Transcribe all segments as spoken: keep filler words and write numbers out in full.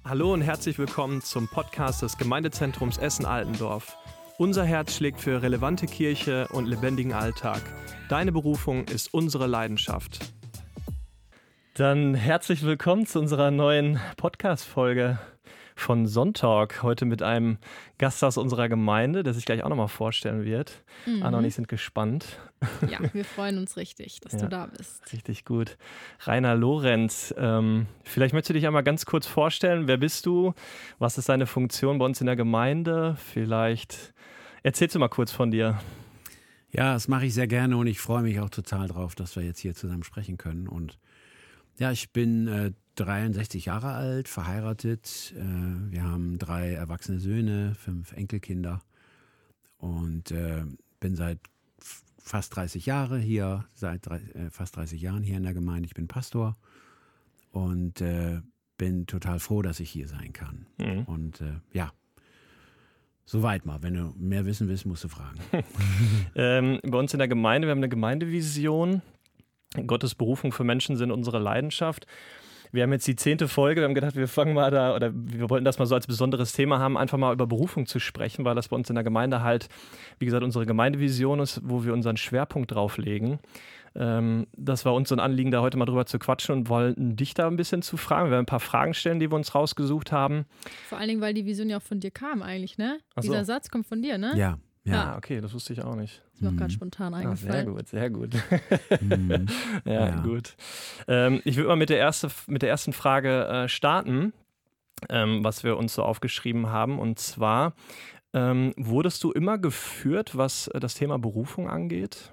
Hallo und herzlich willkommen zum Podcast des Gemeindezentrums Essen-Altendorf. Unser Herz schlägt für relevante Kirche und lebendigen Alltag. Deine Berufung ist unsere Leidenschaft. Dann herzlich willkommen zu unserer neuen Podcast-Folge von Sonntag. Heute mit einem Gast aus unserer Gemeinde, der sich gleich auch nochmal vorstellen wird. Mhm. Anna und ich sind gespannt. Ja, wir freuen uns richtig, dass ja, du da bist. Richtig gut. Rainer Lorenz, ähm, vielleicht möchtest du dich einmal ganz kurz vorstellen. Wer bist du? Was ist deine Funktion bei uns in der Gemeinde? Vielleicht erzählst du mal kurz von dir. Ja, das mache ich sehr gerne und ich freue mich auch total drauf, dass wir jetzt hier zusammen sprechen können. Und ja, ich bin äh, dreiundsechzig Jahre alt, verheiratet. Äh, wir haben drei erwachsene Söhne, fünf Enkelkinder und äh, bin seit f- fast dreißig Jahren hier, seit drei, äh, fast dreißig Jahren hier in der Gemeinde. Ich bin Pastor und äh, bin total froh, dass ich hier sein kann. Mhm. Und äh, ja, soweit mal. Wenn du mehr wissen willst, musst du fragen. ähm, bei uns in der Gemeinde, wir haben eine Gemeindevision. Gottes Berufung für Menschen sind unsere Leidenschaft. Wir haben jetzt die zehnte Folge, wir haben gedacht, wir fangen mal da, oder wir wollten das mal so als besonderes Thema haben, einfach mal über Berufung zu sprechen, weil das bei uns in der Gemeinde halt, wie gesagt, unsere Gemeindevision ist, wo wir unseren Schwerpunkt drauf legen. Ähm, das war uns so ein Anliegen, da heute mal drüber zu quatschen und wollten dich da ein bisschen zu fragen. Wir werden ein paar Fragen stellen, die wir uns rausgesucht haben. Vor allen Dingen, weil die Vision ja auch von dir kam eigentlich, ne? Ach so. Dieser Satz kommt von dir, ne? Ja. Ja, ja, okay, das wusste ich auch nicht. Ist mir auch gerade spontan eingefallen. Ah, sehr gut, sehr gut. Mhm. ja, ja, gut. Ähm, ich würde mal mit der, erste, mit der ersten Frage äh, starten, ähm, was wir uns so aufgeschrieben haben. Und zwar, ähm, wurdest du immer geführt, was das Thema Berufung angeht?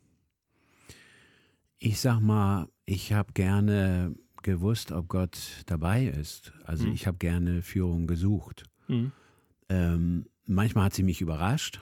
Ich sag mal, ich habe gerne gewusst, ob Gott dabei ist. Also mhm. ich habe gerne Führung gesucht. Mhm. Ähm, manchmal hat sie mich überrascht.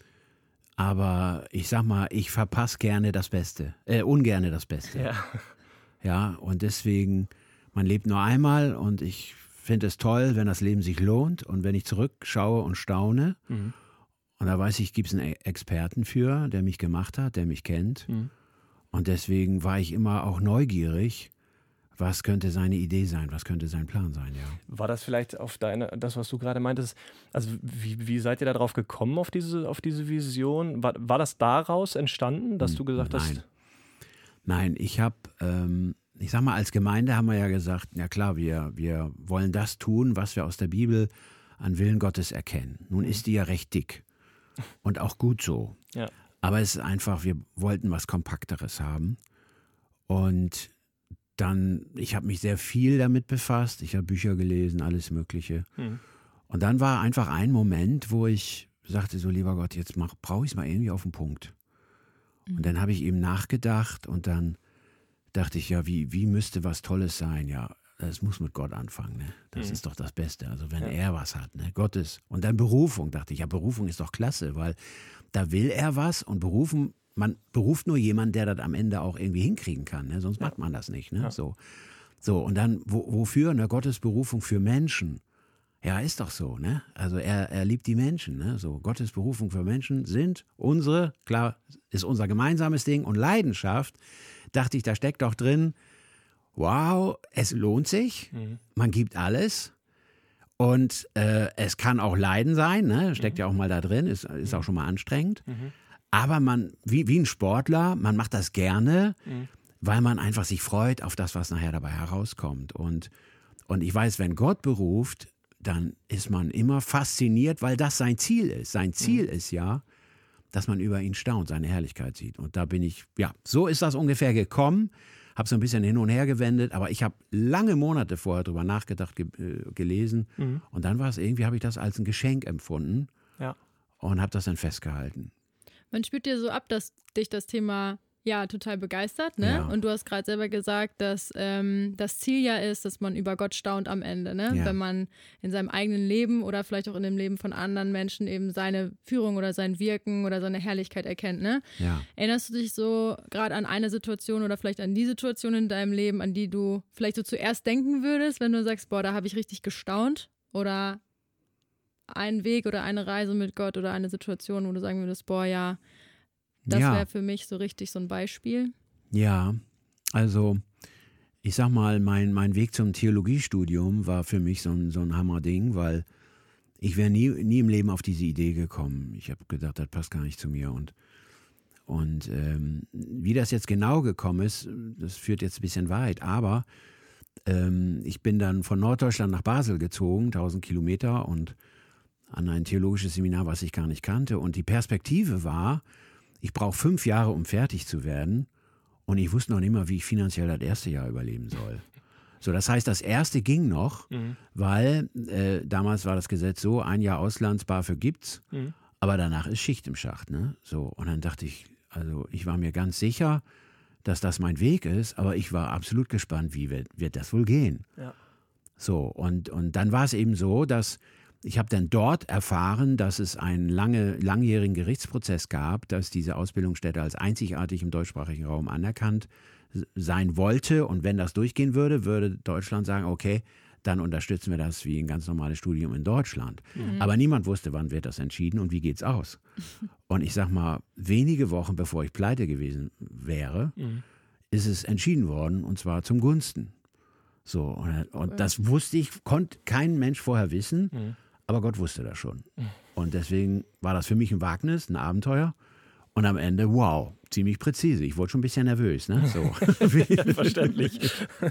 Aber ich sag mal, ich verpasse gerne das Beste, äh, ungerne das Beste. Ja. Ja, und deswegen, man lebt nur einmal und ich finde es toll, wenn das Leben sich lohnt und wenn ich zurückschaue und staune. Mhm. Und da weiß ich, gibt es einen Experten für, der mich gemacht hat, der mich kennt. Mhm. Und deswegen war ich immer auch neugierig. Was könnte seine Idee sein? Was könnte sein Plan sein? Ja. War das vielleicht auf deine, das, was du gerade meintest, also wie, wie seid ihr da drauf gekommen, auf diese, auf diese Vision? War, war das daraus entstanden, dass du gesagt Nein. hast? Nein, ich habe, ähm, ich sag mal, als Gemeinde haben wir ja gesagt, ja klar, wir, wir wollen das tun, was wir aus der Bibel an Willen Gottes erkennen. Nun ist die ja recht dick und auch gut so. Ja. Aber es ist einfach, wir wollten was Kompakteres haben und dann, ich habe mich sehr viel damit befasst, ich habe Bücher gelesen, alles Mögliche. Mhm. Und dann war einfach ein Moment, wo ich sagte so, lieber Gott, jetzt brauche ich es mal irgendwie auf den Punkt. Mhm. Und dann habe ich eben nachgedacht und dann dachte ich, ja, wie, wie müsste was Tolles sein? Ja, das muss mit Gott anfangen, ne? Das mhm. ist doch das Beste, also wenn ja. er was hat, ne? Gottes. Und dann Berufung, dachte ich, ja, Berufung ist doch klasse, weil da will er was und berufen, man beruft nur jemanden, der das am Ende auch irgendwie hinkriegen kann, ne? Sonst ja. macht man das nicht. Ne? Ja. So. so, und dann, wo, wofür? Eine Gottes Berufung für Menschen. Ja, ist doch so. Ne? Also er, er liebt die Menschen. Ne? So, Gottes Berufung für Menschen sind unsere, klar, ist unser gemeinsames Ding und Leidenschaft. Dachte ich, da steckt doch drin, wow, es lohnt sich, mhm. man gibt alles. Und äh, es kann auch Leiden sein, ne? Steckt mhm. ja auch mal da drin, ist, ist auch schon mal anstrengend. Mhm. Aber man, wie, wie ein Sportler, man macht das gerne, mhm. weil man einfach sich freut auf das, was nachher dabei herauskommt. Und, und ich weiß, wenn Gott beruft, dann ist man immer fasziniert, weil das sein Ziel ist. Sein Ziel mhm. ist ja, dass man über ihn staunt, seine Herrlichkeit sieht. Und da bin ich, ja, so ist das ungefähr gekommen. Habe so ein bisschen hin und her gewendet, aber ich habe lange Monate vorher drüber nachgedacht, ge- äh, gelesen. Mhm. Und dann war es irgendwie, habe ich das als ein Geschenk empfunden ja. und habe das dann festgehalten. Man spürt dir so ab, dass dich das Thema ja total begeistert, ne? Ja. Und du hast gerade selber gesagt, dass ähm, das Ziel ja ist, dass man über Gott staunt am Ende, ne? Ja. Wenn man in seinem eigenen Leben oder vielleicht auch in dem Leben von anderen Menschen eben seine Führung oder sein Wirken oder seine Herrlichkeit erkennt, ne? Ja. Erinnerst du dich so gerade an eine Situation oder vielleicht an die Situation in deinem Leben, an die du vielleicht so zuerst denken würdest, wenn du sagst, boah, da habe ich richtig gestaunt? Oder einen Weg oder eine Reise mit Gott oder eine Situation, wo du sagen würdest, boah, ja, das ja. wäre für mich so richtig so ein Beispiel? Ja, also ich sag mal, mein, mein Weg zum Theologiestudium war für mich so ein, so ein Hammerding, weil ich wäre nie, nie im Leben auf diese Idee gekommen. Ich habe gedacht, das passt gar nicht zu mir. Und, und ähm, wie das jetzt genau gekommen ist, das führt jetzt ein bisschen weit. Aber ähm, ich bin dann von Norddeutschland nach Basel gezogen, tausend Kilometer, und an ein theologisches Seminar, was ich gar nicht kannte. Und die Perspektive war, ich brauche fünf Jahre, um fertig zu werden. Und ich wusste noch nicht mal, wie ich finanziell das erste Jahr überleben soll. So, das heißt, das erste ging noch, mhm. weil äh, damals war das Gesetz so, ein Jahr Auslands-BAföG gibt's, mhm. aber danach ist Schicht im Schacht. Ne? So, und dann dachte ich, also ich war mir ganz sicher, dass das mein Weg ist, aber ich war absolut gespannt, wie wird, wird das wohl gehen. Ja. So, und, und dann war es eben so, dass ich habe dann dort erfahren, dass es einen lange, langjährigen Gerichtsprozess gab, dass diese Ausbildungsstätte als einzigartig im deutschsprachigen Raum anerkannt sein wollte. Und wenn das durchgehen würde, würde Deutschland sagen, okay, dann unterstützen wir das wie ein ganz normales Studium in Deutschland. Mhm. Aber niemand wusste, wann wird das entschieden und wie geht's aus. Und ich sag mal, wenige Wochen bevor ich pleite gewesen wäre, mhm. ist es entschieden worden, und zwar zum Gunsten. So, und, und das wusste ich, konnte kein Mensch vorher wissen. Mhm. Aber Gott wusste das schon. Und deswegen war das für mich ein Wagnis, ein Abenteuer. Und am Ende, wow, ziemlich präzise. Ich wurde schon ein bisschen nervös. Ne? So. Verständlich.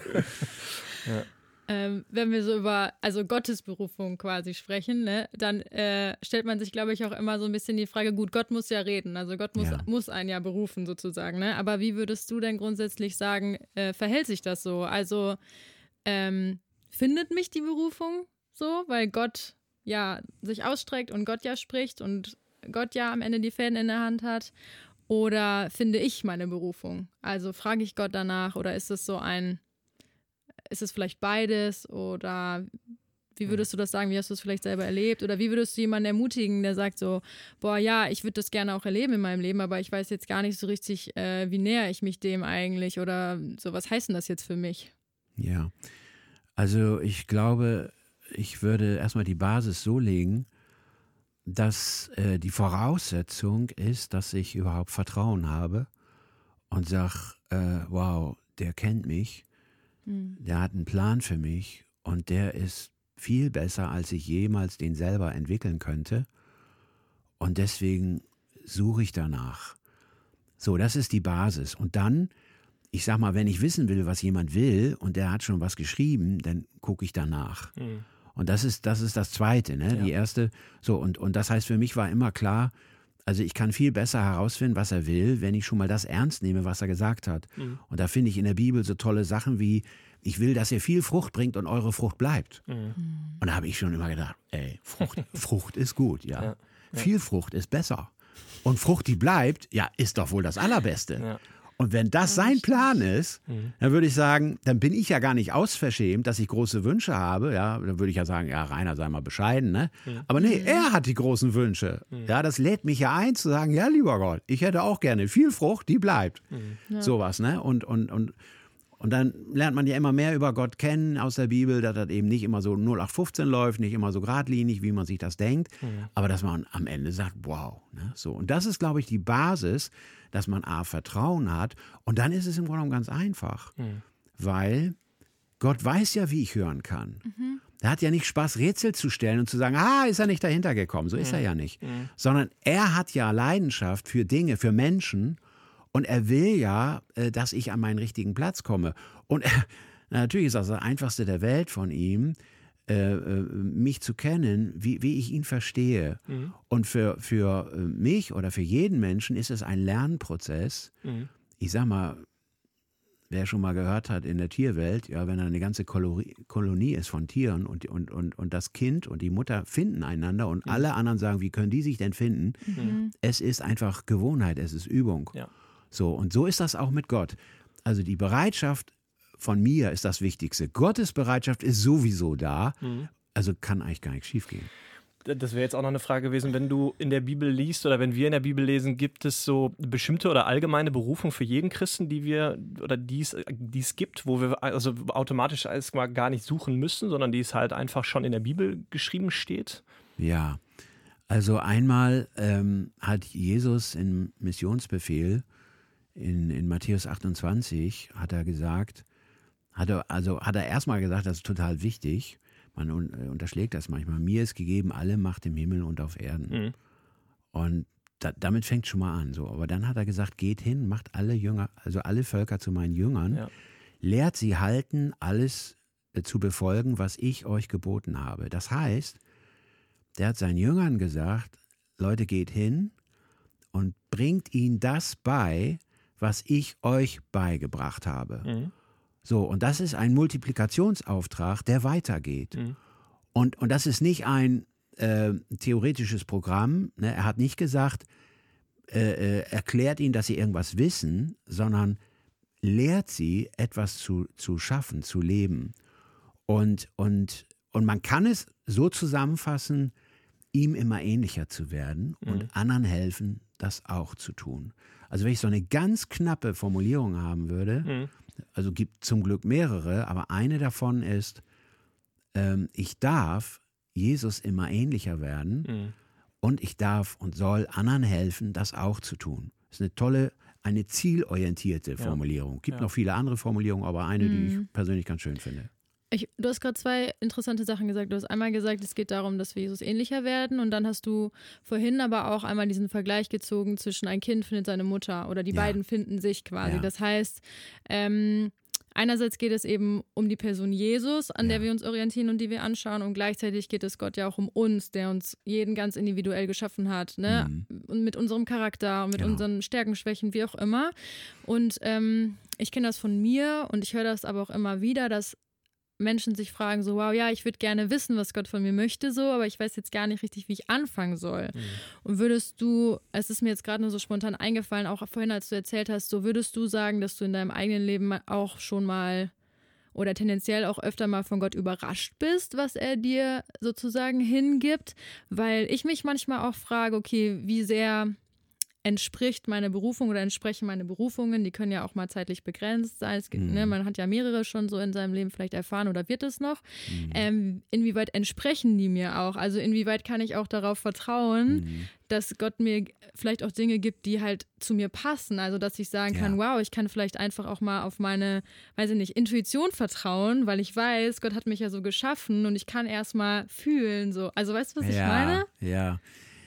Ja. Ähm, wenn wir so über also Gottes Berufung quasi sprechen, ne, dann äh, stellt man sich, glaube ich, auch immer so ein bisschen die Frage, gut, Gott muss ja reden. Also Gott muss, ja. muss einen ja berufen sozusagen. Ne? Aber wie würdest du denn grundsätzlich sagen, äh, verhält sich das so? Also ähm, findet mich die Berufung so, weil Gott ja sich ausstreckt und Gott ja spricht und Gott ja am Ende die Fäden in der Hand hat, oder finde ich meine Berufung? Also frage ich Gott danach, oder ist es so ein, ist es vielleicht beides, oder wie würdest du das sagen, wie hast du es vielleicht selber erlebt, oder wie würdest du jemanden ermutigen, der sagt so, boah ja, ich würde das gerne auch erleben in meinem Leben, aber ich weiß jetzt gar nicht so richtig, äh, wie näher ich mich dem eigentlich, oder so, was heißt denn das jetzt für mich? Ja, also ich glaube, ich würde erstmal die Basis so legen, dass äh, die Voraussetzung ist, dass ich überhaupt Vertrauen habe und sage, äh, wow, der kennt mich, mhm. der hat einen Plan für mich und der ist viel besser, als ich jemals den selber entwickeln könnte. Und deswegen suche ich danach. So, das ist die Basis. Und dann, ich sag mal, wenn ich wissen will, was jemand will und der hat schon was geschrieben, dann gucke ich danach. Mhm. Und das ist, das ist das Zweite, ne? Ja. Die erste, so, und, und das heißt, für mich war immer klar, also ich kann viel besser herausfinden, was er will, wenn ich schon mal das ernst nehme, was er gesagt hat. Mhm. Und da finde ich in der Bibel so tolle Sachen wie, ich will, dass ihr viel Frucht bringt und eure Frucht bleibt. Mhm. Und da habe ich schon immer gedacht, ey, Frucht, Frucht ist gut, ja. Ja. Ja. Viel Frucht ist besser. Und Frucht, die bleibt, ja, ist doch wohl das Allerbeste. Ja. Und wenn das sein Plan ist, mhm. dann würde ich sagen, dann bin ich ja gar nicht ausverschämt, dass ich große Wünsche habe. Ja, dann würde ich ja sagen, ja, Rainer, sei mal bescheiden. Ne? Mhm. Aber nee, er hat die großen Wünsche. Mhm. Ja, das lädt mich ja ein, zu sagen, ja, lieber Gott, ich hätte auch gerne viel Frucht, die bleibt. Mhm. Ja. Sowas, ne? Und, und, und, und dann lernt man ja immer mehr über Gott kennen aus der Bibel, dass das eben nicht immer so null acht fünfzehn läuft, nicht immer so geradlinig, wie man sich das denkt. Mhm. Aber dass man am Ende sagt, wow. Ne? So. Und das ist, glaube ich, die Basis, dass man A, Vertrauen hat, und dann ist es im Grunde genommen ganz einfach, mhm. weil Gott weiß ja, wie ich hören kann. Mhm. Er hat ja nicht Spaß, Rätsel zu stellen und zu sagen, ah, ist er nicht dahinter gekommen, so ist mhm. er ja nicht. Mhm. Sondern er hat ja Leidenschaft für Dinge, für Menschen, und er will ja, dass ich an meinen richtigen Platz komme. Und er, natürlich ist das das Einfachste der Welt von ihm, Äh, mich zu kennen, wie, wie ich ihn verstehe. Mhm. Und für, für mich oder für jeden Menschen ist es ein Lernprozess. Mhm. Ich sag mal, wer schon mal gehört hat in der Tierwelt, ja, wenn da eine ganze Kolonie, Kolonie ist von Tieren und, und, und, und das Kind und die Mutter finden einander und mhm. alle anderen sagen, wie können die sich denn finden? Mhm. Es ist einfach Gewohnheit, es ist Übung. Ja. So, und so ist das auch mit Gott. Also die Bereitschaft von mir ist das Wichtigste. Gottes Bereitschaft ist sowieso da, mhm. also kann eigentlich gar nichts schiefgehen. Das wäre jetzt auch noch eine Frage gewesen, wenn du in der Bibel liest oder wenn wir in der Bibel lesen, gibt es so bestimmte oder allgemeine Berufung für jeden Christen, die wir oder die es, die es gibt, wo wir also automatisch erstmal gar nicht suchen müssen, sondern die es halt einfach schon in der Bibel geschrieben steht? Ja, also einmal ähm, hat Jesus im Missionsbefehl in, in Matthäus achtundzwanzig hat er gesagt, hat er, also hat er erstmal gesagt, das ist total wichtig. Man un, unterschlägt das manchmal. Mir ist gegeben alle Macht im Himmel und auf Erden. Mhm. Und da, damit fängt schon mal an. So. Aber dann hat er gesagt, geht hin, macht alle Jünger, also alle Völker zu meinen Jüngern, ja. lehrt sie halten, alles zu befolgen, was ich euch geboten habe. Das heißt, der hat seinen Jüngern gesagt, Leute, geht hin und bringt ihnen das bei, was ich euch beigebracht habe. Mhm. So, und das ist ein Multiplikationsauftrag, der weitergeht. Mhm. Und, und das ist nicht ein äh, theoretisches Programm. Ne? Er hat nicht gesagt, äh, äh, erklärt ihnen, dass sie irgendwas wissen, sondern lehrt sie, etwas zu, zu schaffen, zu leben. Und, und, und man kann es so zusammenfassen, ihm immer ähnlicher zu werden und mhm. anderen helfen, das auch zu tun. Also wenn ich so eine ganz knappe Formulierung haben würde, mhm. also gibt zum Glück mehrere, aber eine davon ist, ähm, ich darf Jesus immer ähnlicher werden mhm. und ich darf und soll anderen helfen, das auch zu tun. Das ist eine tolle, eine zielorientierte ja. Formulierung. Gibt ja. noch viele andere Formulierungen, aber eine, mhm. die ich persönlich ganz schön finde. Ich, du hast gerade zwei interessante Sachen gesagt. Du hast einmal gesagt, es geht darum, dass wir Jesus ähnlicher werden, und dann hast du vorhin aber auch einmal diesen Vergleich gezogen zwischen ein Kind findet seine Mutter oder die ja. beiden finden sich quasi. Ja. Das heißt, ähm, einerseits geht es eben um die Person Jesus, an ja. der wir uns orientieren und die wir anschauen, und gleichzeitig geht es Gott ja auch um uns, der uns jeden ganz individuell geschaffen hat, ne? Mhm. Und mit unserem Charakter und mit genau. unseren Stärken, Schwächen, wie auch immer. Und ähm, ich kenne das von mir und ich höre das aber auch immer wieder, dass Menschen sich fragen so, wow, ja, ich würde gerne wissen, was Gott von mir möchte, so, aber ich weiß jetzt gar nicht richtig, wie ich anfangen soll. Mhm. Und würdest du, es ist mir jetzt gerade nur so spontan eingefallen, auch vorhin, als du erzählt hast, so würdest du sagen, dass du in deinem eigenen Leben auch schon mal oder tendenziell auch öfter mal von Gott überrascht bist, was er dir sozusagen hingibt? Weil ich mich manchmal auch frage, okay, wie sehr entspricht meine Berufung oder entsprechen meine Berufungen, die können ja auch mal zeitlich begrenzt sein. Es gibt, mhm. ne, man hat ja mehrere schon so in seinem Leben vielleicht erfahren oder wird es noch. Mhm. Ähm, inwieweit entsprechen die mir auch? Also inwieweit kann ich auch darauf vertrauen, mhm. dass Gott mir vielleicht auch Dinge gibt, die halt zu mir passen. Also dass ich sagen kann, ja. wow, ich kann vielleicht einfach auch mal auf meine, weiß ich nicht, Intuition vertrauen, weil ich weiß, Gott hat mich ja so geschaffen und ich kann erst mal fühlen. So. Also weißt du, was ja, ich meine? Ja,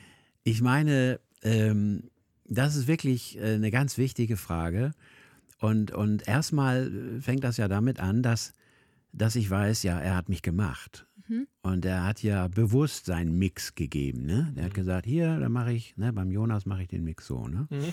ich meine, ähm, das ist wirklich eine ganz wichtige Frage. Und, und erstmal fängt das ja damit an, dass, dass ich weiß, ja, er hat mich gemacht. Mhm. Und er hat ja bewusst seinen Mix gegeben. Ne? Er hat gesagt, hier, da mache ich, ne, beim Jonas mache ich den Mix so. Ne? Mhm.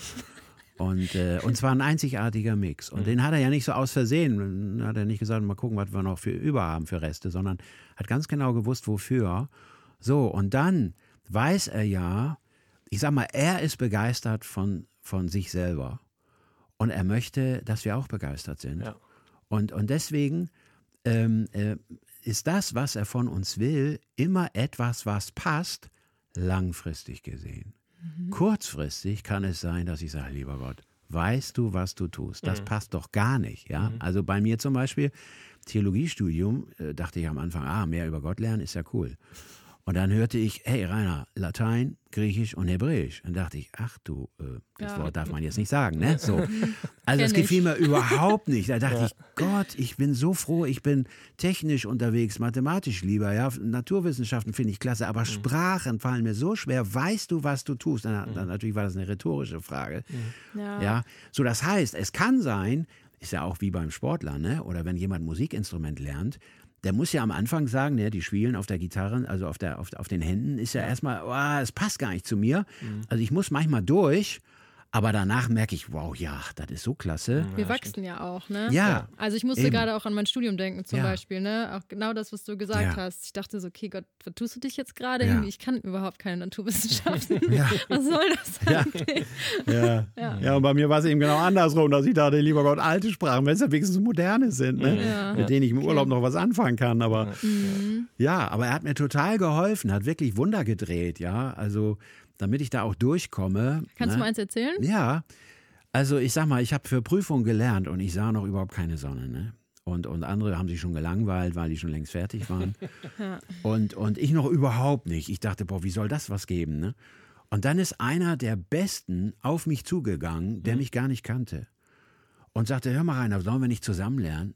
Und, äh, und zwar ein einzigartiger Mix. Und mhm. den hat er ja nicht so aus Versehen, hat er nicht gesagt, mal gucken, was wir noch für über haben für Reste, sondern hat ganz genau gewusst, wofür. So, und dann weiß er ja, ich sag mal, er ist begeistert von, von sich selber. Und er möchte, dass wir auch begeistert sind. Ja. Und, und deswegen ähm, äh, ist das, was er von uns will, immer etwas, was passt, langfristig gesehen. Mhm. Kurzfristig kann es sein, dass ich sage, lieber Gott, weißt du, was du tust? Das mhm. passt doch gar nicht. Ja? Mhm. Also bei mir zum Beispiel, Theologiestudium, äh, dachte ich am Anfang, ah, mehr über Gott lernen ist ja cool. Und dann hörte ich, hey Rainer, Latein, Griechisch und Hebräisch. Dann dachte ich, ach du, äh, das ja. Wort darf man jetzt nicht sagen, ne? So. Also das gefiel mir überhaupt nicht. Da dachte ja. ich, Gott, ich bin so froh, ich bin technisch unterwegs, mathematisch lieber, ja. Naturwissenschaften finde ich klasse, aber mhm. Sprachen fallen mir so schwer. Weißt du, was du tust? Dann, dann, natürlich war das eine rhetorische Frage. Mhm. Ja. ja. So, das heißt, es kann sein, ist ja auch wie beim Sportler, ne? Oder wenn jemand ein Musikinstrument lernt, der muss ja am Anfang sagen, ne, die Spielen auf der Gitarre, also auf, der, auf, auf den Händen, ist ja, ja. erstmal, oh, es passt gar nicht zu mir. Mhm. Also ich muss manchmal durch, aber danach merke ich, wow, ja, das ist so klasse. Wir ja, wachsen stimmt. ja auch, ne? Ja. Also ich musste eben. gerade auch an mein Studium denken zum ja. Beispiel, ne? Auch genau das, was du gesagt ja. hast. Ich dachte so, okay, Gott, was tust du dich jetzt gerade? Ja. Ich kann überhaupt keine Naturwissenschaften. Ja. Was soll das eigentlich? Ja. Ja. ja, und bei mir war es eben genau andersrum, dass ich dachte, lieber Gott, alte Sprachen, wenn es ja wenigstens moderne sind, ne? Ja. mit denen ich im Urlaub okay. noch was anfangen kann. Aber mhm. ja, aber er hat mir total geholfen, hat wirklich Wunder gedreht, ja. Also, damit ich da auch durchkomme. Kannst ne? du mal eins erzählen? Ja. Also ich sag mal, ich habe für Prüfungen gelernt und ich sah noch überhaupt keine Sonne. Ne? Und, und andere haben sich schon gelangweilt, weil die schon längst fertig waren. ja. und, und ich noch überhaupt nicht. Ich dachte, boah, wie soll das was geben? Ne? Und dann ist einer der Besten auf mich zugegangen, der mhm. mich gar nicht kannte. Und sagte, hör mal Rainer, sollen wir nicht zusammen lernen?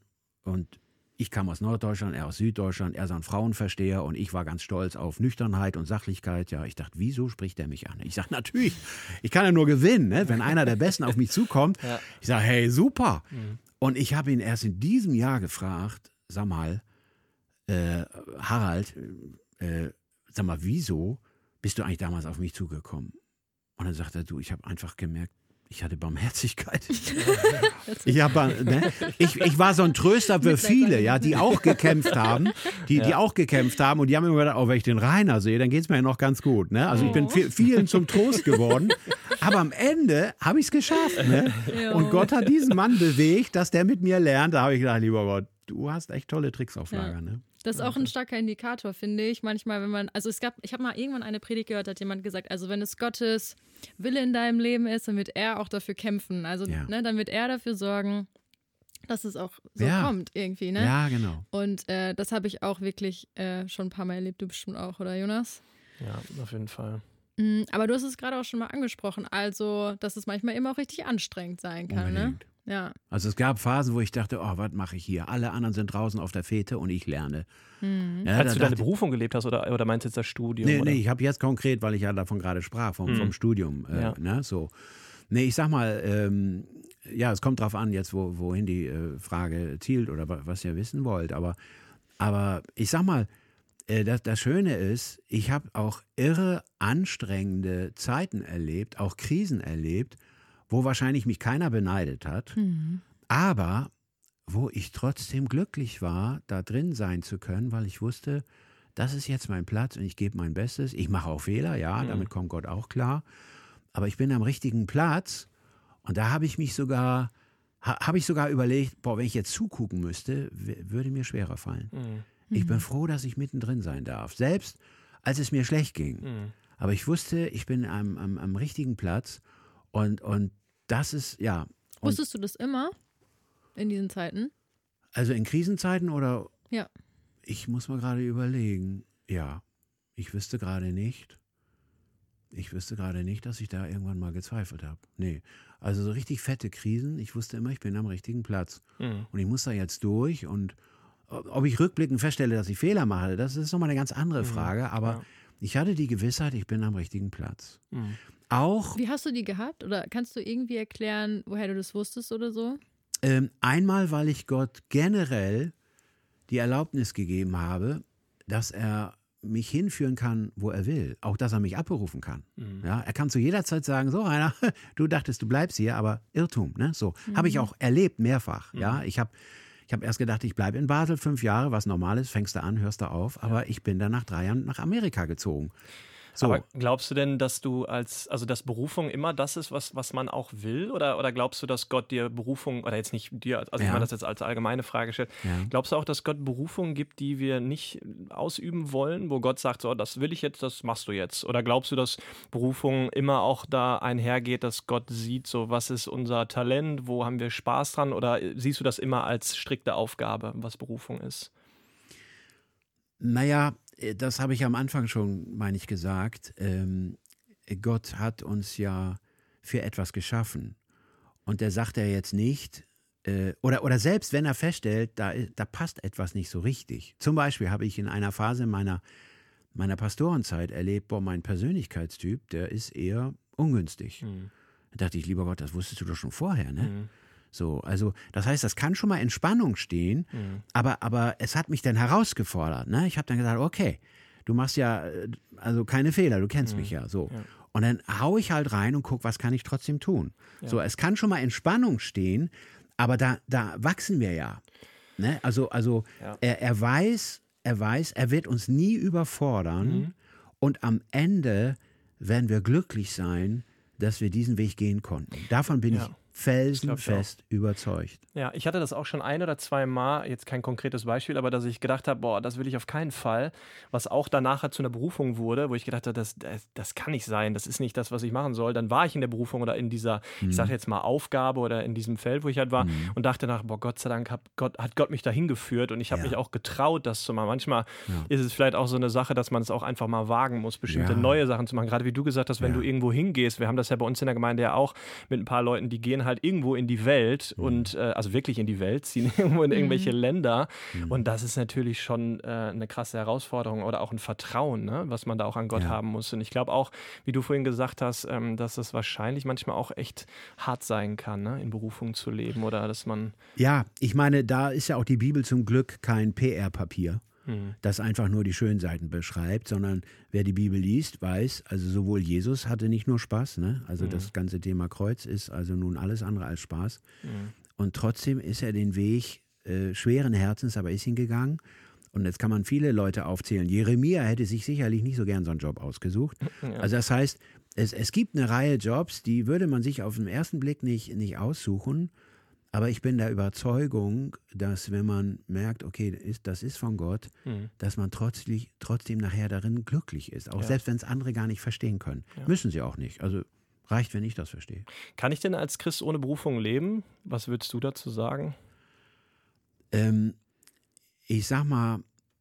und ich kam aus Norddeutschland, er aus Süddeutschland, er ist ein Frauenversteher und ich war ganz stolz auf Nüchternheit und Sachlichkeit. Ja, ich dachte, wieso spricht er mich an? Ich sage, natürlich, ich kann ja nur gewinnen, ne? Wenn einer der Besten auf mich zukommt. Ja. Ich sage, hey, super. Mhm. Und ich habe ihn erst in diesem Jahr gefragt, sag mal, äh, Harald, äh, sag mal, wieso bist du eigentlich damals auf mich zugekommen? Und dann sagt er, du, ich habe einfach gemerkt, ich hatte Barmherzigkeit. ich, hab, ne, ich, ich war so ein Tröster für viele, ja, die auch gekämpft haben, die, ja. die auch gekämpft haben und die haben immer gedacht, oh, wenn ich den Rainer sehe, dann geht es mir ja noch ganz gut. Ne? Also oh. ich bin vielen zum Trost geworden, aber am Ende habe ich es geschafft. Ne? Und Gott hat diesen Mann bewegt, dass der mit mir lernt. Da habe ich gedacht, lieber Gott, du hast echt tolle Tricks auf Lager. Ja. Ne? Das ist auch ein starker Indikator, finde ich. Manchmal, wenn man, also es gab, ich habe mal irgendwann eine Predigt gehört, hat jemand gesagt, also wenn es Gottes Wille in deinem Leben ist, dann wird er auch dafür kämpfen. Also ja. ne, dann wird er dafür sorgen, dass es auch so ja. kommt irgendwie. Ne? Ja, genau. Und äh, das habe ich auch wirklich äh, schon ein paar Mal erlebt, du bestimmt auch, oder Jonas? Ja, auf jeden Fall. Mhm, aber du hast es gerade auch schon mal angesprochen, also dass es manchmal eben auch richtig anstrengend sein kann. Unbedingt. Ne? Ja. Also es gab Phasen, wo ich dachte, oh, was mache ich hier? Alle anderen sind draußen auf der Fete und ich lerne. Mhm. Ja, Als du deine Berufung gelebt hast oder, oder meinst du jetzt das Studium? Nee, oder? nee, ich habe jetzt konkret, weil ich ja davon gerade sprach, vom, mhm. vom Studium. Äh, ja. ne, so. Nee, ich sag mal, ähm, ja, es kommt drauf an, jetzt wo, wohin die äh, Frage zielt oder was ihr wissen wollt. Aber, aber ich sag mal, äh, das, das Schöne ist, ich habe auch irre anstrengende Zeiten erlebt, auch Krisen erlebt, wo wahrscheinlich mich keiner beneidet hat, mhm. aber wo ich trotzdem glücklich war, da drin sein zu können, weil ich wusste, das ist jetzt mein Platz und ich gebe mein Bestes. Ich mache auch Fehler, ja, mhm. damit kommt Gott auch klar, aber ich bin am richtigen Platz und da habe ich mich sogar, ha, habe ich sogar überlegt, boah, wenn ich jetzt zugucken müsste, w- würde mir schwerer fallen. Mhm. Ich bin froh, dass ich mittendrin sein darf, selbst als es mir schlecht ging. Mhm. Aber ich wusste, ich bin am, am, am richtigen Platz und, und das ist, ja. Und wusstest du das immer in diesen Zeiten? Also in Krisenzeiten oder? Ja. Ich muss mal gerade überlegen. Ja, ich wüsste gerade nicht. Ich wüsste gerade nicht, dass ich da irgendwann mal gezweifelt habe. Nee, also so richtig fette Krisen. Ich wusste immer, ich bin am richtigen Platz. Mhm. Und ich muss da jetzt durch. Und ob ich rückblickend feststelle, dass ich Fehler mache, das ist nochmal eine ganz andere mhm. Frage. Aber ja. ich hatte die Gewissheit, ich bin am richtigen Platz. Mhm. Auch. Wie hast du die gehabt? Oder kannst du irgendwie erklären, woher du das wusstest oder so? Ähm, einmal, weil ich Gott generell die Erlaubnis gegeben habe, dass er mich hinführen kann, wo er will. Auch, dass er mich abberufen kann. Mhm. Ja, er kann zu jeder Zeit sagen, so Rainer, du dachtest, du bleibst hier, aber Irrtum. Ne? So mhm. habe ich auch erlebt, mehrfach. Mhm. Ja, ich habe ich hab erst gedacht, ich bleibe in Basel fünf Jahre, was normal ist, fängst du an, hörst du auf. Aber ja. ich bin dann nach drei Jahren nach Amerika gezogen. So. Aber glaubst du denn, dass du als, also dass Berufung immer das ist, was, was man auch will? Oder, oder glaubst du, dass Gott dir Berufung, oder jetzt nicht dir, also ja. ich meine das jetzt als allgemeine Frage gestellt, ja. glaubst du auch, dass Gott Berufung gibt, die wir nicht ausüben wollen, wo Gott sagt, so, das will ich jetzt, das machst du jetzt? Oder glaubst du, dass Berufung immer auch da einhergeht, dass Gott sieht, so, was ist unser Talent, wo haben wir Spaß dran? Oder siehst du das immer als strikte Aufgabe, was Berufung ist? Naja, das habe ich am Anfang schon, meine ich, gesagt. Ähm, Gott hat uns ja für etwas geschaffen. Und der sagt ja jetzt nicht, äh, oder, oder selbst wenn er feststellt, da, da passt etwas nicht so richtig. Zum Beispiel habe ich in einer Phase meiner, meiner Pastorenzeit erlebt, boah, mein Persönlichkeitstyp, der ist eher ungünstig. Mhm. Da dachte ich, lieber Gott, das wusstest du doch schon vorher, ne? Mhm. So, also das heißt, das kann schon mal in Spannung stehen, mhm. aber, aber es hat mich dann herausgefordert. Ne? Ich habe dann gesagt, okay, du machst ja also keine Fehler, du kennst mhm. mich ja so. Ja. Und dann hau ich halt rein und guck, was kann ich trotzdem tun. Ja. So, es kann schon mal in Spannung stehen, aber da, da wachsen wir ja. Ne? Also, also ja. Er, er weiß, er weiß, er wird uns nie überfordern mhm. und am Ende werden wir glücklich sein, dass wir diesen Weg gehen konnten. Davon bin ja. ich felsenfest überzeugt. Ja, ich hatte das auch schon ein oder zwei Mal, jetzt kein konkretes Beispiel, aber dass ich gedacht habe, boah, das will ich auf keinen Fall, was auch danach zu einer Berufung wurde, wo ich gedacht habe, das, das, das kann nicht sein, das ist nicht das, was ich machen soll. Dann war ich in der Berufung oder in dieser, mhm. ich sage jetzt mal Aufgabe oder in diesem Feld, wo ich halt war mhm. und dachte nach, boah, Gott sei Dank hat Gott, hat Gott mich dahin geführt und ich habe ja. mich auch getraut, das zu machen. Manchmal ja. ist es vielleicht auch so eine Sache, dass man es auch einfach mal wagen muss, bestimmte ja. neue Sachen zu machen. Gerade wie du gesagt hast, wenn ja. du irgendwo hingehst, wir haben das ja bei uns in der Gemeinde ja auch mit ein paar Leuten, die gehen ziehen halt irgendwo in die Welt mhm. und, äh, also wirklich in die Welt, ziehen irgendwo in irgendwelche mhm. Länder. Mhm. Und das ist natürlich schon äh, eine krasse Herausforderung oder auch ein Vertrauen, ne, was man da auch an Gott ja. haben muss. Und ich glaube auch, wie du vorhin gesagt hast, ähm, dass es wahrscheinlich manchmal auch echt hart sein kann, ne, in Berufung zu leben oder dass man... Ja, ich meine, da ist ja auch die Bibel zum Glück kein P R-Papier. Das einfach nur die schönen Seiten beschreibt, sondern wer die Bibel liest, weiß, also sowohl Jesus hatte nicht nur Spaß, ne? Also mhm. das ganze Thema Kreuz ist also nun alles andere als Spaß. Mhm. Und trotzdem ist er den Weg äh, schweren Herzens, aber ist ihn gegangen. Und jetzt kann man viele Leute aufzählen. Jeremia hätte sich sicherlich nicht so gern so einen Job ausgesucht. Ja. Also das heißt, es, es gibt eine Reihe Jobs, die würde man sich auf den ersten Blick nicht, nicht aussuchen. Aber ich bin der Überzeugung, dass wenn man merkt, okay, das ist von Gott, mhm. dass man trotzdem, trotzdem nachher darin glücklich ist. Auch ja. selbst wenn es andere gar nicht verstehen können. Ja. Müssen sie auch nicht. Also reicht, wenn ich das verstehe. Kann ich denn als Christ ohne Berufung leben? Was würdest du dazu sagen? Ähm, ich sag mal,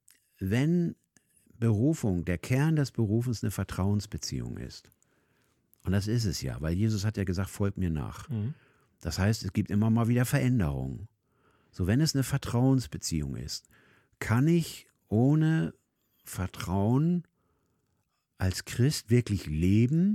wenn Berufung, der Kern des Berufens eine Vertrauensbeziehung ist, und das ist es ja, weil Jesus hat ja gesagt, folgt mir nach. Mhm. Das heißt, es gibt immer mal wieder Veränderungen. So, wenn es eine Vertrauensbeziehung ist, kann ich ohne Vertrauen als Christ wirklich leben?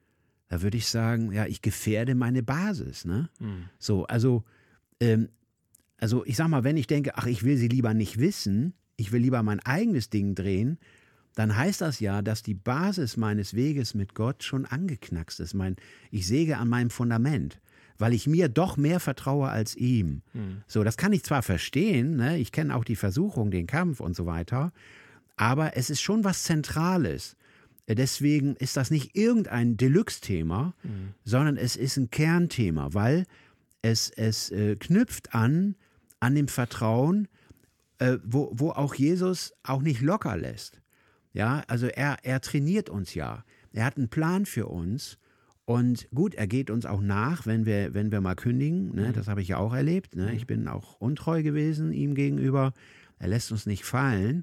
Da würde ich sagen, ja, ich gefährde meine Basis. Ne? Mhm. So, also, ähm, also ich sag mal, wenn ich denke, ach, ich will sie lieber nicht wissen, ich will lieber mein eigenes Ding drehen, dann heißt das ja, dass die Basis meines Weges mit Gott schon angeknackst ist. Mein, ich säge an meinem Fundament, weil ich mir doch mehr vertraue als ihm. Mhm. So, das kann ich zwar verstehen, ne? Ich kenne auch die Versuchung, den Kampf und so weiter, aber es ist schon was Zentrales. Deswegen ist das nicht irgendein Deluxe-Thema, mhm. sondern es ist ein Kernthema, weil es, es äh, knüpft an, an dem Vertrauen, äh, wo, wo auch Jesus auch nicht locker lässt. Ja, also er, er trainiert uns ja. Er hat einen Plan für uns. Und gut, er geht uns auch nach, wenn wir, wenn wir mal kündigen. Ne? Das habe ich ja auch erlebt. Ne? Ich bin auch untreu gewesen ihm gegenüber. Er lässt uns nicht fallen.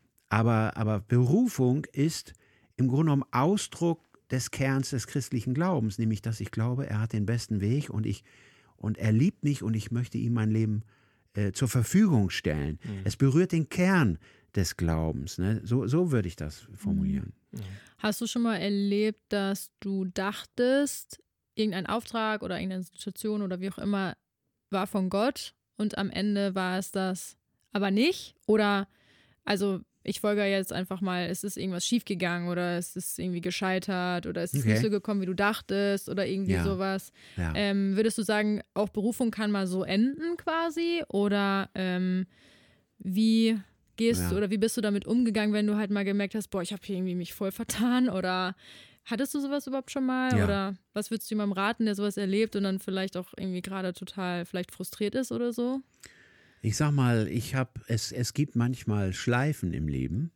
Aber, aber Berufung ist im Grunde genommen Ausdruck des Kerns des christlichen Glaubens, nämlich, dass ich glaube, er hat den besten Weg und, ich, und er liebt mich und ich möchte ihm mein Leben äh, zur Verfügung stellen. Mhm. Es berührt den Kern des Glaubens. Ne? So, so würde ich das formulieren. Mhm. Hast du schon mal erlebt, dass du dachtest, irgendein Auftrag oder irgendeine Situation oder wie auch immer war von Gott und am Ende war es das aber nicht? Oder, also ich folge jetzt einfach mal, es ist irgendwas schiefgegangen oder es ist irgendwie gescheitert oder es ist okay. nicht so gekommen, wie du dachtest oder irgendwie ja. sowas. Ja. Ähm, würdest du sagen, auch Berufung kann mal so enden quasi? Oder ähm, wie... gehst ja. oder wie bist du damit umgegangen, wenn du halt mal gemerkt hast, boah, ich habe hier irgendwie mich voll vertan oder hattest du sowas überhaupt schon mal ja. oder was würdest du jemandem raten, der sowas erlebt und dann vielleicht auch irgendwie gerade total vielleicht frustriert ist oder so? Ich sag mal, ich habe es, es gibt manchmal Schleifen im Leben,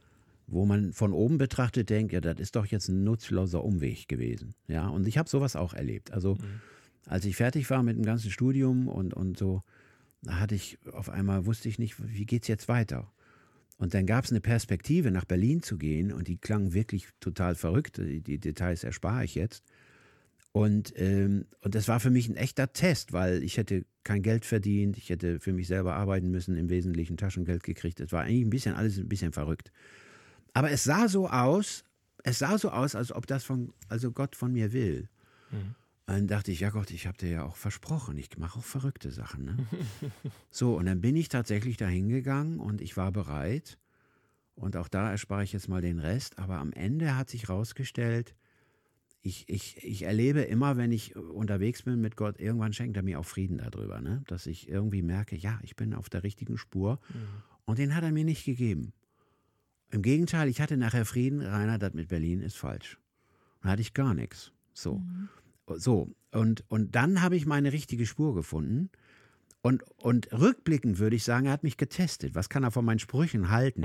wo man von oben betrachtet denkt, ja, das ist doch jetzt ein nutzloser Umweg gewesen. Ja, und ich habe sowas auch erlebt. Also mhm. als ich fertig war mit dem ganzen Studium und, und so, da hatte ich auf einmal, wusste ich nicht, wie geht's jetzt weiter? Und dann gab es eine Perspektive, nach Berlin zu gehen und die klang wirklich total verrückt. Die, die Details erspare ich jetzt. Und, ähm, und das war für mich ein echter Test, weil ich hätte kein Geld verdient, ich hätte für mich selber arbeiten müssen, im Wesentlichen Taschengeld gekriegt. Es war eigentlich ein bisschen, alles ein bisschen verrückt. Aber es sah so aus, es sah so aus, als ob das von, also Gott von mir will. Mhm. Dann dachte ich, ja Gott, ich habe dir ja auch versprochen, ich mache auch verrückte Sachen. Ne? So, und dann bin ich tatsächlich da hingegangen und ich war bereit. Und auch da erspare ich jetzt mal den Rest. Aber am Ende hat sich rausgestellt, ich, ich, ich erlebe immer, wenn ich unterwegs bin mit Gott, irgendwann schenkt er mir auch Frieden darüber. Ne? Dass ich irgendwie merke, ja, ich bin auf der richtigen Spur. Mhm. Und den hat er mir nicht gegeben. Im Gegenteil, ich hatte nachher Frieden, Rainer, das mit Berlin ist falsch. Dann hatte ich gar nichts. So. Mhm. So, und, und dann habe ich meine richtige Spur gefunden. Und, und rückblickend würde ich sagen, er hat mich getestet. Was kann er von meinen Sprüchen halten?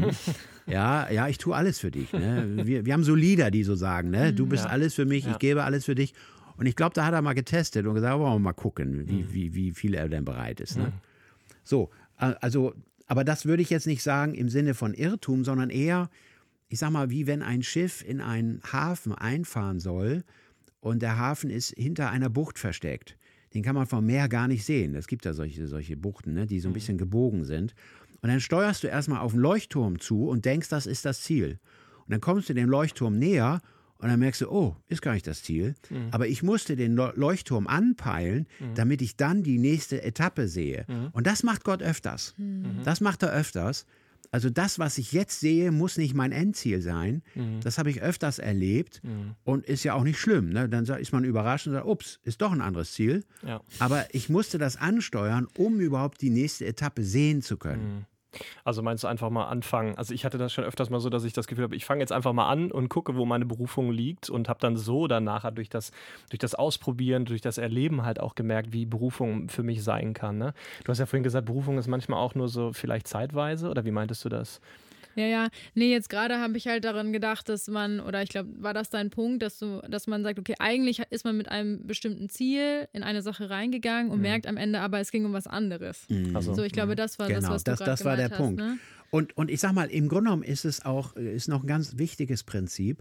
ja, ja, ich tue alles für dich. Ne? Wir, wir haben so Lieder, die so sagen, ne? Du bist ja. alles für mich, ja. ich gebe alles für dich. Und ich glaube, da hat er mal getestet und gesagt, wollen wir mal gucken, wie, mhm. wie, wie viel er denn bereit ist. Ne? Mhm. So, also, aber das würde ich jetzt nicht sagen im Sinne von Irrtum, sondern eher, ich sag mal, wie wenn ein Schiff in einen Hafen einfahren soll, und der Hafen ist hinter einer Bucht versteckt. den kann man vom Meer gar nicht sehen. Es gibt ja solche, solche Buchten, ne, die so ein bisschen gebogen sind. Und dann steuerst du erstmal auf den Leuchtturm zu und denkst, das ist das Ziel. Und dann kommst du dem Leuchtturm näher und dann merkst du, oh, ist gar nicht das Ziel. Mhm. Aber ich musste den Leuchtturm anpeilen, mhm. damit ich dann die nächste Etappe sehe. Mhm. Und das macht Gott öfters. Mhm. Das macht er öfters. Also das, was ich jetzt sehe, muss nicht mein Endziel sein. Mhm. Das habe ich öfters erlebt mhm. und ist ja auch nicht schlimm. Ne? Dann ist man überrascht und sagt, ups, ist doch ein anderes Ziel. Ja. Aber ich musste das ansteuern, um überhaupt die nächste Etappe sehen zu können. Mhm. Also meinst du einfach mal anfangen? Also ich hatte das schon öfters mal so, dass ich das Gefühl habe, ich fange jetzt einfach mal an und gucke, wo meine Berufung liegt und habe dann so danach durch das, durch das Ausprobieren, durch das Erleben halt auch gemerkt, wie Berufung für mich sein kann. Ne? Du hast ja vorhin gesagt, Berufung ist manchmal auch nur so vielleicht zeitweise, oder wie meintest du das? Ja, ja. Nee, jetzt gerade habe ich halt daran gedacht, dass man, oder ich glaube, war das dein Punkt, dass du, dass man sagt, okay, eigentlich ist man mit einem bestimmten Ziel in eine Sache reingegangen und mhm. merkt am Ende aber, es ging um was anderes. Mhm. Also, so, ich glaube, das war genau, das, was du das, das war der hast, Punkt. Ne? Und, und ich sag mal, im Grunde genommen ist es auch, ist noch ein ganz wichtiges Prinzip.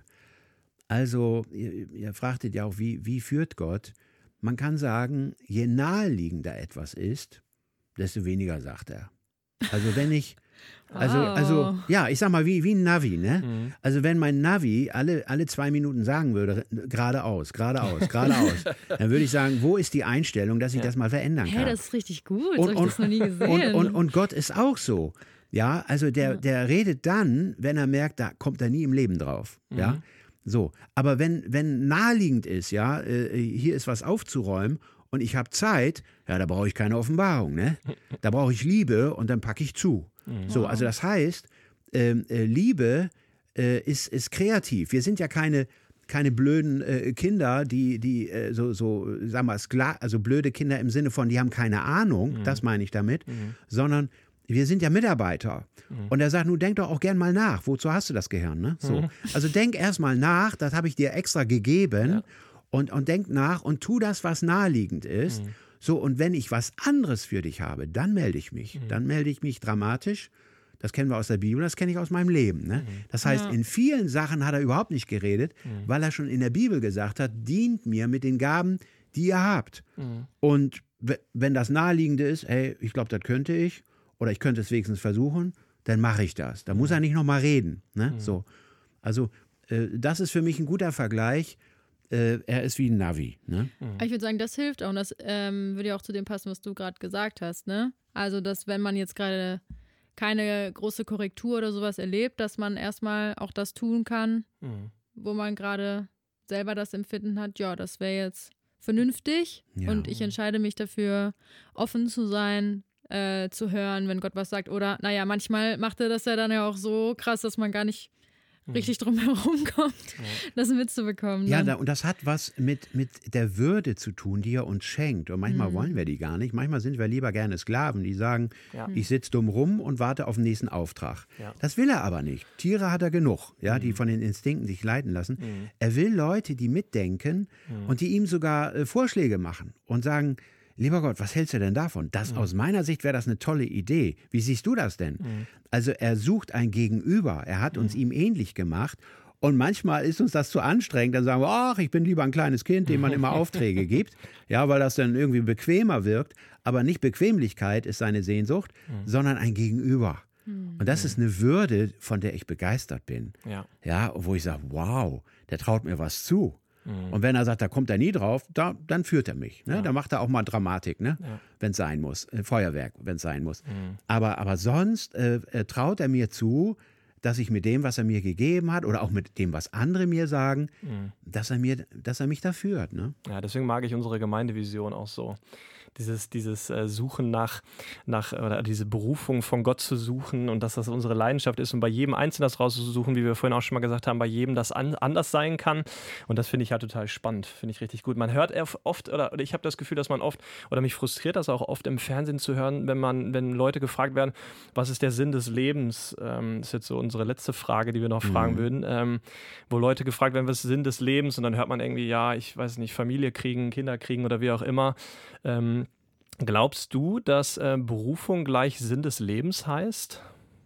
Also, ihr, ihr fragtet ja auch, wie, wie führt Gott? Man kann sagen, je naheliegender etwas ist, desto weniger sagt er. Also wenn ich Also, oh. also, ja, ich sag mal, wie, wie ein Navi, ne? Mhm. Also, wenn mein Navi alle, alle zwei Minuten sagen würde, geradeaus, geradeaus, geradeaus, dann würde ich sagen, wo ist die Einstellung, dass ich ja. das mal verändern kann? Hey, das ist richtig gut, so habe ich das noch nie gesehen. Und, und, und Gott ist auch so. Ja, also der, der redet dann, wenn er merkt, da kommt er nie im Leben drauf. Mhm. Ja, so. Aber wenn, wenn naheliegend ist, ja, äh, hier ist was aufzuräumen und ich habe Zeit, ja, da brauche ich keine Offenbarung, ne? Da brauche ich Liebe und dann packe ich zu. Mhm. So, also das heißt, äh, äh, Liebe äh, ist, ist kreativ. Wir sind ja keine, keine blöden äh, Kinder, die, die äh, so, so, sagen wir, skla- also blöde Kinder im Sinne von, die haben keine Ahnung, mhm. das meine ich damit, mhm. sondern wir sind ja Mitarbeiter. Mhm. Und er sagt, nun denk doch auch gern mal nach. Wozu hast du das Gehirn? Ne? So. Mhm. Also denk erst mal nach, das habe ich dir extra gegeben. Ja. Und, und denk nach und tu das, was naheliegend ist. Mhm. So, und wenn ich was anderes für dich habe, dann melde ich mich. Mhm. Dann melde ich mich dramatisch. Das kennen wir aus der Bibel, das kenne ich aus meinem Leben. Ne? Mhm. Das heißt, ja. in vielen Sachen hat er überhaupt nicht geredet, mhm. weil er schon in der Bibel gesagt hat, dient mir mit den Gaben, die ihr habt. Mhm. Und w- wenn das Naheliegende ist, hey, ich glaube, das könnte ich, oder ich könnte es wenigstens versuchen, dann mache ich das. Da mhm. muss er nicht nochmal reden. Ne? Mhm. So. Also, äh, das ist für mich ein guter Vergleich. Äh, er ist wie ein Navi. Ne? Mhm. Ich würde sagen, das hilft auch. Und das ähm, würde ja auch zu dem passen, was du gerade gesagt hast. Ne? Also, dass wenn man jetzt gerade keine große Korrektur oder sowas erlebt, dass man erstmal auch das tun kann, mhm. wo man gerade selber das Empfinden hat, ja, das wäre jetzt vernünftig ja. und ich entscheide mich dafür, offen zu sein, äh, zu hören, wenn Gott was sagt. Oder, naja, manchmal macht er das ja dann ja auch so krass, dass man gar nicht richtig drum herum kommt, ja. das mitzubekommen. Ja, da, und das hat was mit, mit der Würde zu tun, die er uns schenkt. Und manchmal mhm. wollen wir die gar nicht. Manchmal sind wir lieber gerne Sklaven, die sagen, ja. ich sitze dumm rum und warte auf den nächsten Auftrag. Ja. Das will er aber nicht. Tiere hat er genug, ja, mhm. die von den Instinkten sich leiten lassen. Mhm. Er will Leute, die mitdenken mhm. und die ihm sogar äh, Vorschläge machen und sagen, lieber Gott, was hältst du denn davon? Das mhm. aus meiner Sicht wäre das eine tolle Idee. Wie siehst du das denn? Mhm. Also er sucht ein Gegenüber. Er hat uns mhm. ihm ähnlich gemacht. Und manchmal ist uns das zu anstrengend. Dann sagen wir, ach, ich bin lieber ein kleines Kind, dem man immer Aufträge gibt. Ja, weil das dann irgendwie bequemer wirkt. Aber nicht Bequemlichkeit ist seine Sehnsucht, mhm. sondern ein Gegenüber. Mhm. Und das ist eine Würde, von der ich begeistert bin. Ja, ja, wo ich sage, wow, der traut mir was zu. Und wenn er sagt, da kommt er nie drauf, da, dann führt er mich. Ne? Ja. Da macht er auch mal Dramatik, ne? Ja. Wenn es sein muss. Äh, Feuerwerk, wenn es sein muss. Mhm. Aber, aber sonst äh, äh, traut er mir zu, dass ich mit dem, was er mir gegeben hat oder auch mit dem, was andere mir sagen, mhm. dass er mir, dass er mich da führt. Ne? Ja, deswegen mag ich unsere Gemeindevision auch so. Dieses, dieses äh, Suchen nach, nach, oder diese Berufung von Gott zu suchen und dass das unsere Leidenschaft ist und bei jedem Einzelnen das rauszusuchen, wie wir vorhin auch schon mal gesagt haben, bei jedem das an, anders sein kann. Und das finde ich halt total spannend, finde ich richtig gut. Man hört oft, oder, oder ich habe das Gefühl, dass man oft, oder mich frustriert das auch oft im Fernsehen zu hören, wenn man, wenn Leute gefragt werden, was ist der Sinn des Lebens? Ähm, das ist jetzt so unsere letzte Frage, die wir noch mhm. fragen würden, ähm, wo Leute gefragt werden, was ist der Sinn des Lebens? Und dann hört man irgendwie, ja, ich weiß nicht, Familie kriegen, Kinder kriegen oder wie auch immer. Ähm, Glaubst du, dass äh, Berufung gleich Sinn des Lebens heißt?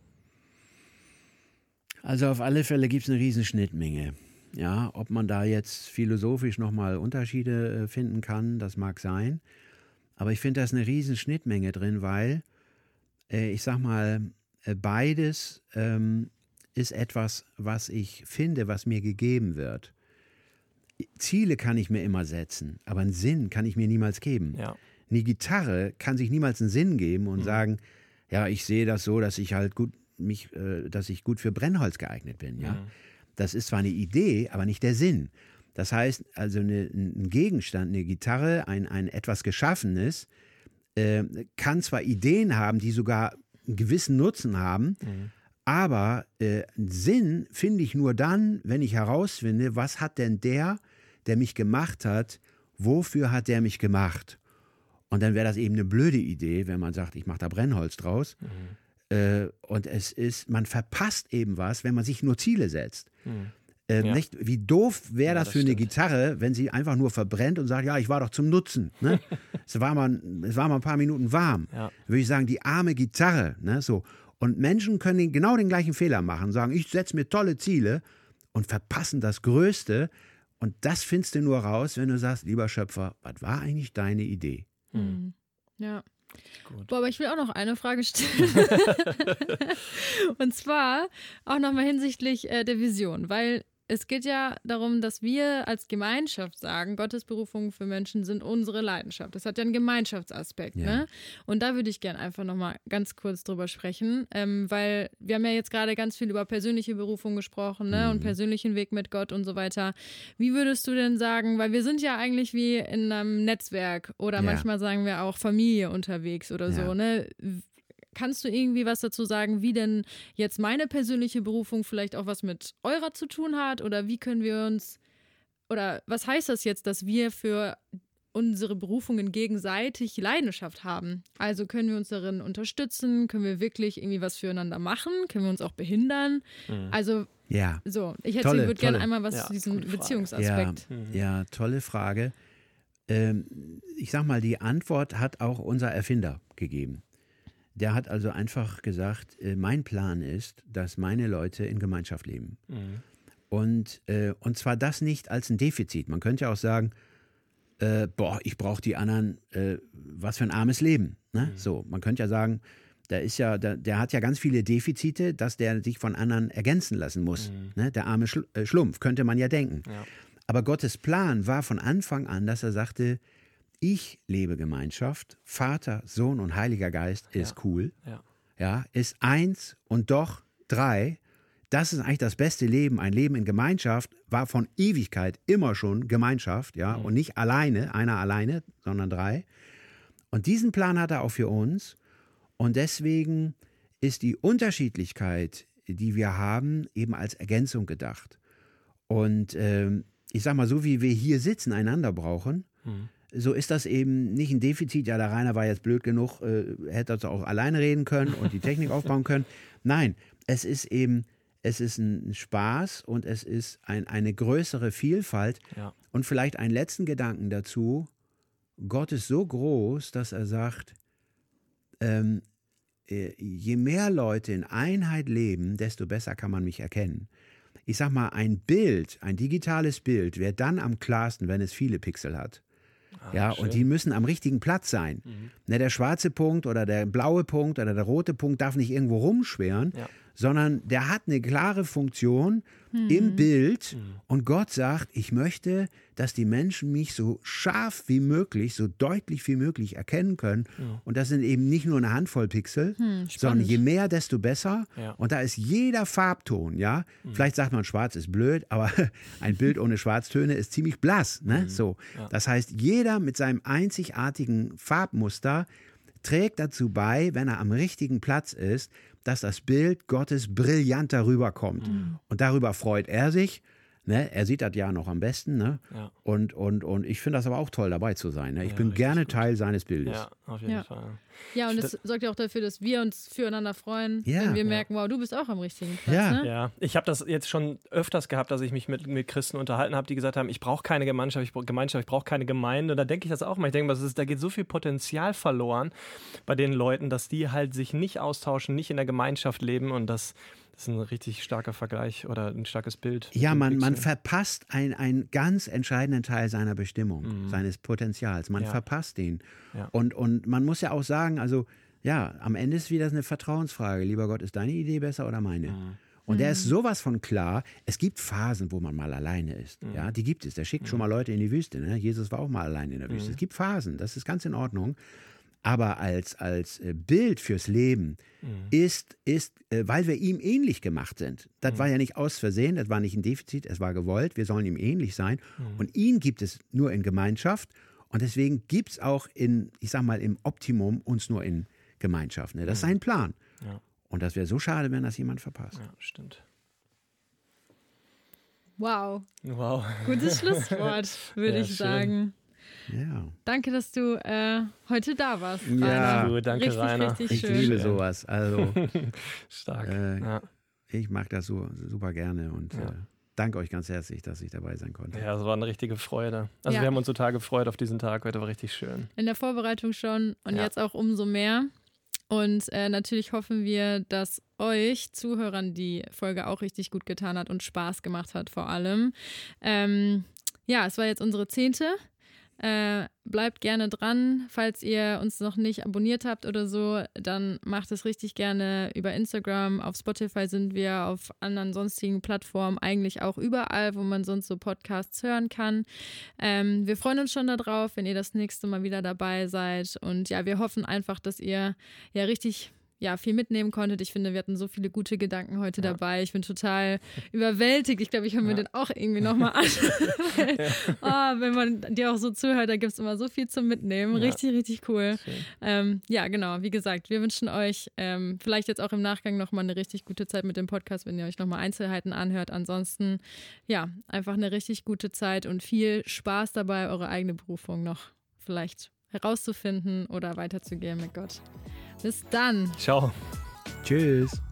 Also auf alle Fälle gibt es eine riesen Schnittmenge. Ja, ob man da jetzt philosophisch nochmal Unterschiede äh, finden kann, das mag sein. Aber ich finde, da ist eine riesen Schnittmenge drin, weil, äh, ich sag mal, äh, beides ähm, ist etwas, was ich finde, was mir gegeben wird. Ziele kann ich mir immer setzen, aber einen Sinn kann ich mir niemals geben. Ja. Eine Gitarre kann sich niemals einen Sinn geben und mhm. sagen, ja, ich sehe das so, dass ich halt gut mich, äh, dass ich gut für Brennholz geeignet bin. Ja? Mhm. Das ist zwar eine Idee, aber nicht der Sinn. Das heißt, also eine, ein Gegenstand, eine Gitarre, ein, ein etwas Geschaffenes, äh, kann zwar Ideen haben, die sogar einen gewissen Nutzen haben, mhm. aber äh, einen Sinn finde ich nur dann, wenn ich herausfinde, was hat denn der, der mich gemacht hat, wofür hat der mich gemacht? Und dann wäre das eben eine blöde Idee, wenn man sagt, ich mache da Brennholz draus. Mhm. Äh, und es ist, man verpasst eben was, wenn man sich nur Ziele setzt. Mhm. Äh, ja. Nicht, wie doof wäre das, ja, das für stimmt. eine Gitarre, wenn sie einfach nur verbrennt und sagt, ja, ich war doch zum Nutzen. Ne? es, war mal, es war mal ein paar Minuten warm. Ja. Würde ich sagen, die arme Gitarre. Ne? So. Und Menschen können genau den gleichen Fehler machen, sagen, ich setze mir tolle Ziele und verpassen das Größte. Und das findest du nur raus, wenn du sagst, lieber Schöpfer, was war eigentlich deine Idee? Mhm. Ja. Gut. Boah, aber ich will auch noch eine Frage stellen. Und zwar auch nochmal hinsichtlich äh, der Vision, weil es geht ja darum, dass wir als Gemeinschaft sagen, Gottes Berufungen für Menschen sind unsere Leidenschaft. Das hat ja einen Gemeinschaftsaspekt. Ja. Ne? Und da würde ich gerne einfach nochmal ganz kurz drüber sprechen, ähm, weil wir haben ja jetzt gerade ganz viel über persönliche Berufung gesprochen, ne? Mhm. Und persönlichen Weg mit Gott und so weiter. Wie würdest du denn sagen, weil wir sind ja eigentlich wie in einem Netzwerk oder ja. manchmal sagen wir auch Familie unterwegs oder ja. so, ne? Kannst du irgendwie was dazu sagen, wie denn jetzt meine persönliche Berufung vielleicht auch was mit eurer zu tun hat? Oder wie können wir uns, oder was heißt das jetzt, dass wir für unsere Berufungen gegenseitig Leidenschaft haben? Also können wir uns darin unterstützen? Können wir wirklich irgendwie was füreinander machen? Können wir uns auch behindern? Mhm. Also ja. so, ich hätte, würde gerne einmal was ja, zu diesem Beziehungsaspekt. Ja, mhm. ja, tolle Frage. Ähm, ich sag mal, die Antwort hat auch unser Erfinder gegeben. Der hat also einfach gesagt, äh, mein Plan ist, dass meine Leute in Gemeinschaft leben. Mhm. Und, äh, und zwar das nicht als ein Defizit. Man könnte ja auch sagen, äh, boah, ich brauche die anderen, äh, was für ein armes Leben. Ne? Mhm. So, man könnte ja sagen, der, ist ja, der, der hat ja ganz viele Defizite, dass der sich von anderen ergänzen lassen muss. Mhm. Ne? Der arme Schl- äh, Schlumpf, könnte man ja denken. Ja. Aber Gottes Plan war von Anfang an, dass er sagte, ich lebe Gemeinschaft, Vater, Sohn und Heiliger Geist ist ja. cool, ja. ja, ist eins und doch drei. Das ist eigentlich das beste Leben. Ein Leben in Gemeinschaft war von Ewigkeit immer schon Gemeinschaft, ja, mhm. und nicht alleine, einer alleine, sondern drei. Und diesen Plan hat er auch für uns. Und deswegen ist die Unterschiedlichkeit, die wir haben, eben als Ergänzung gedacht. Und ähm, ich sag mal, so wie wir hier sitzen, einander brauchen, mhm. so ist das eben nicht ein Defizit, ja, der Rainer war jetzt blöd genug, äh, hätte das auch alleine reden können und die Technik aufbauen können. Nein, es ist eben, es ist ein Spaß und es ist ein, eine größere Vielfalt. Ja. Und vielleicht einen letzten Gedanken dazu, Gott ist so groß, dass er sagt, ähm, je mehr Leute in Einheit leben, desto besser kann man mich erkennen. Ich sag mal, ein Bild, ein digitales Bild, wäre dann am klarsten, wenn es viele Pixel hat. Ah, ja, schön. Und die müssen am richtigen Platz sein. Mhm. Ne, der schwarze Punkt oder der blaue Punkt oder der rote Punkt darf nicht irgendwo rumschwirren, ja. sondern der hat eine klare Funktion mhm. im Bild. Mhm. Und Gott sagt, ich möchte, dass die Menschen mich so scharf wie möglich, so deutlich wie möglich erkennen können. Mhm. Und das sind eben nicht nur eine Handvoll Pixel, mhm, sondern je mehr, desto besser. Ja. Und da ist jeder Farbton, ja. Mhm. Vielleicht sagt man, schwarz ist blöd, aber ein Bild ohne Schwarztöne ist ziemlich blass. Ne? Mhm. So. Ja. Das heißt, jeder mit seinem einzigartigen Farbmuster trägt dazu bei, wenn er am richtigen Platz ist, dass das Bild Gottes brillant darüber kommt. Mhm. Und darüber freut er sich. Ne? Er sieht das ja noch am besten. Ne? Ja. Und, und, und ich finde das aber auch toll, dabei zu sein. Ne? Ich ja, bin gerne gut. Teil seines Bildes. Ja, auf jeden ja. Fall. Ja, und es sorgt ja auch dafür, dass wir uns füreinander freuen, ja. wenn wir merken, wow, du bist auch am richtigen Platz. Ja, ne? ja. Ich habe das jetzt schon öfters gehabt, dass ich mich mit, mit Christen unterhalten habe, die gesagt haben, ich brauche keine Gemeinschaft, ich brauche Gemeinschaft, ich brauche keine Gemeinde. Und da denke ich das auch mal. Ich denke, das ist, da geht so viel Potenzial verloren bei den Leuten, dass die halt sich nicht austauschen, nicht in der Gemeinschaft leben und das Das ist ein richtig starker Vergleich oder ein starkes Bild. Ja, man, man verpasst ein, einen ganz entscheidenden Teil seiner Bestimmung, mhm. seines Potenzials. Man ja. verpasst ihn. Ja. Und, und man muss ja auch sagen, also ja, am Ende ist wieder eine Vertrauensfrage. Lieber Gott, ist deine Idee besser oder meine? Mhm. Und der ist sowas von klar. Es gibt Phasen, wo man mal alleine ist. Mhm. Ja, die gibt es. Der schickt mhm. schon mal Leute in die Wüste. Ne? Jesus war auch mal alleine in der Wüste. Mhm. Es gibt Phasen, das ist ganz in Ordnung. Aber als, als Bild fürs Leben mhm. ist, ist äh, weil wir ihm ähnlich gemacht sind. Das mhm. war ja nicht aus Versehen, das war nicht ein Defizit, es war gewollt. Wir sollen ihm ähnlich sein. Mhm. Und ihn gibt es nur in Gemeinschaft. Und deswegen gibt es auch in, ich sag mal, im Optimum uns nur in Gemeinschaft. Ne? Das ist sein Plan. Ja. Und das wäre so schade, wenn das jemand verpasst. Ja, stimmt. Wow. Wow. Gutes Schlusswort, würde ja, ich schön. sagen. Ja. Danke, dass du äh, heute da warst, Rainer. Ja, du, danke, richtig, Rainer. Richtig ich schön. liebe sowas. Also, Stark. Äh, ja. Ich mag das so super gerne und ja. äh, danke euch ganz herzlich, dass ich dabei sein konnte. Ja, es war eine richtige Freude. Also ja. wir haben uns total gefreut auf diesen Tag. Heute war richtig schön. In der Vorbereitung schon und ja. jetzt auch umso mehr. Und äh, natürlich hoffen wir, dass euch Zuhörern die Folge auch richtig gut getan hat und Spaß gemacht hat vor allem. Ähm, ja, es war jetzt unsere zehnte. Äh, bleibt gerne dran. Falls ihr uns noch nicht abonniert habt oder so, dann macht es richtig gerne über Instagram. Auf Spotify sind wir, auf anderen sonstigen Plattformen, eigentlich auch überall, wo man sonst so Podcasts hören kann. Ähm, wir freuen uns schon darauf, wenn ihr das nächste Mal wieder dabei seid. Und ja, wir hoffen einfach, dass ihr ja richtig ja, viel mitnehmen konntet. Ich finde, wir hatten so viele gute Gedanken heute ja. dabei. Ich bin total überwältigt. Ich glaube, ich höre mir ja. den auch irgendwie nochmal an. oh, wenn man dir auch so zuhört, da gibt es immer so viel zum Mitnehmen. Ja. Richtig, richtig cool. Ähm, ja, genau. Wie gesagt, wir wünschen euch ähm, vielleicht jetzt auch im Nachgang nochmal eine richtig gute Zeit mit dem Podcast, wenn ihr euch nochmal Einzelheiten anhört. Ansonsten, ja, einfach eine richtig gute Zeit und viel Spaß dabei, eure eigene Berufung noch vielleicht herauszufinden oder weiterzugehen mit Gott. Bis dann. Ciao. Tschüss.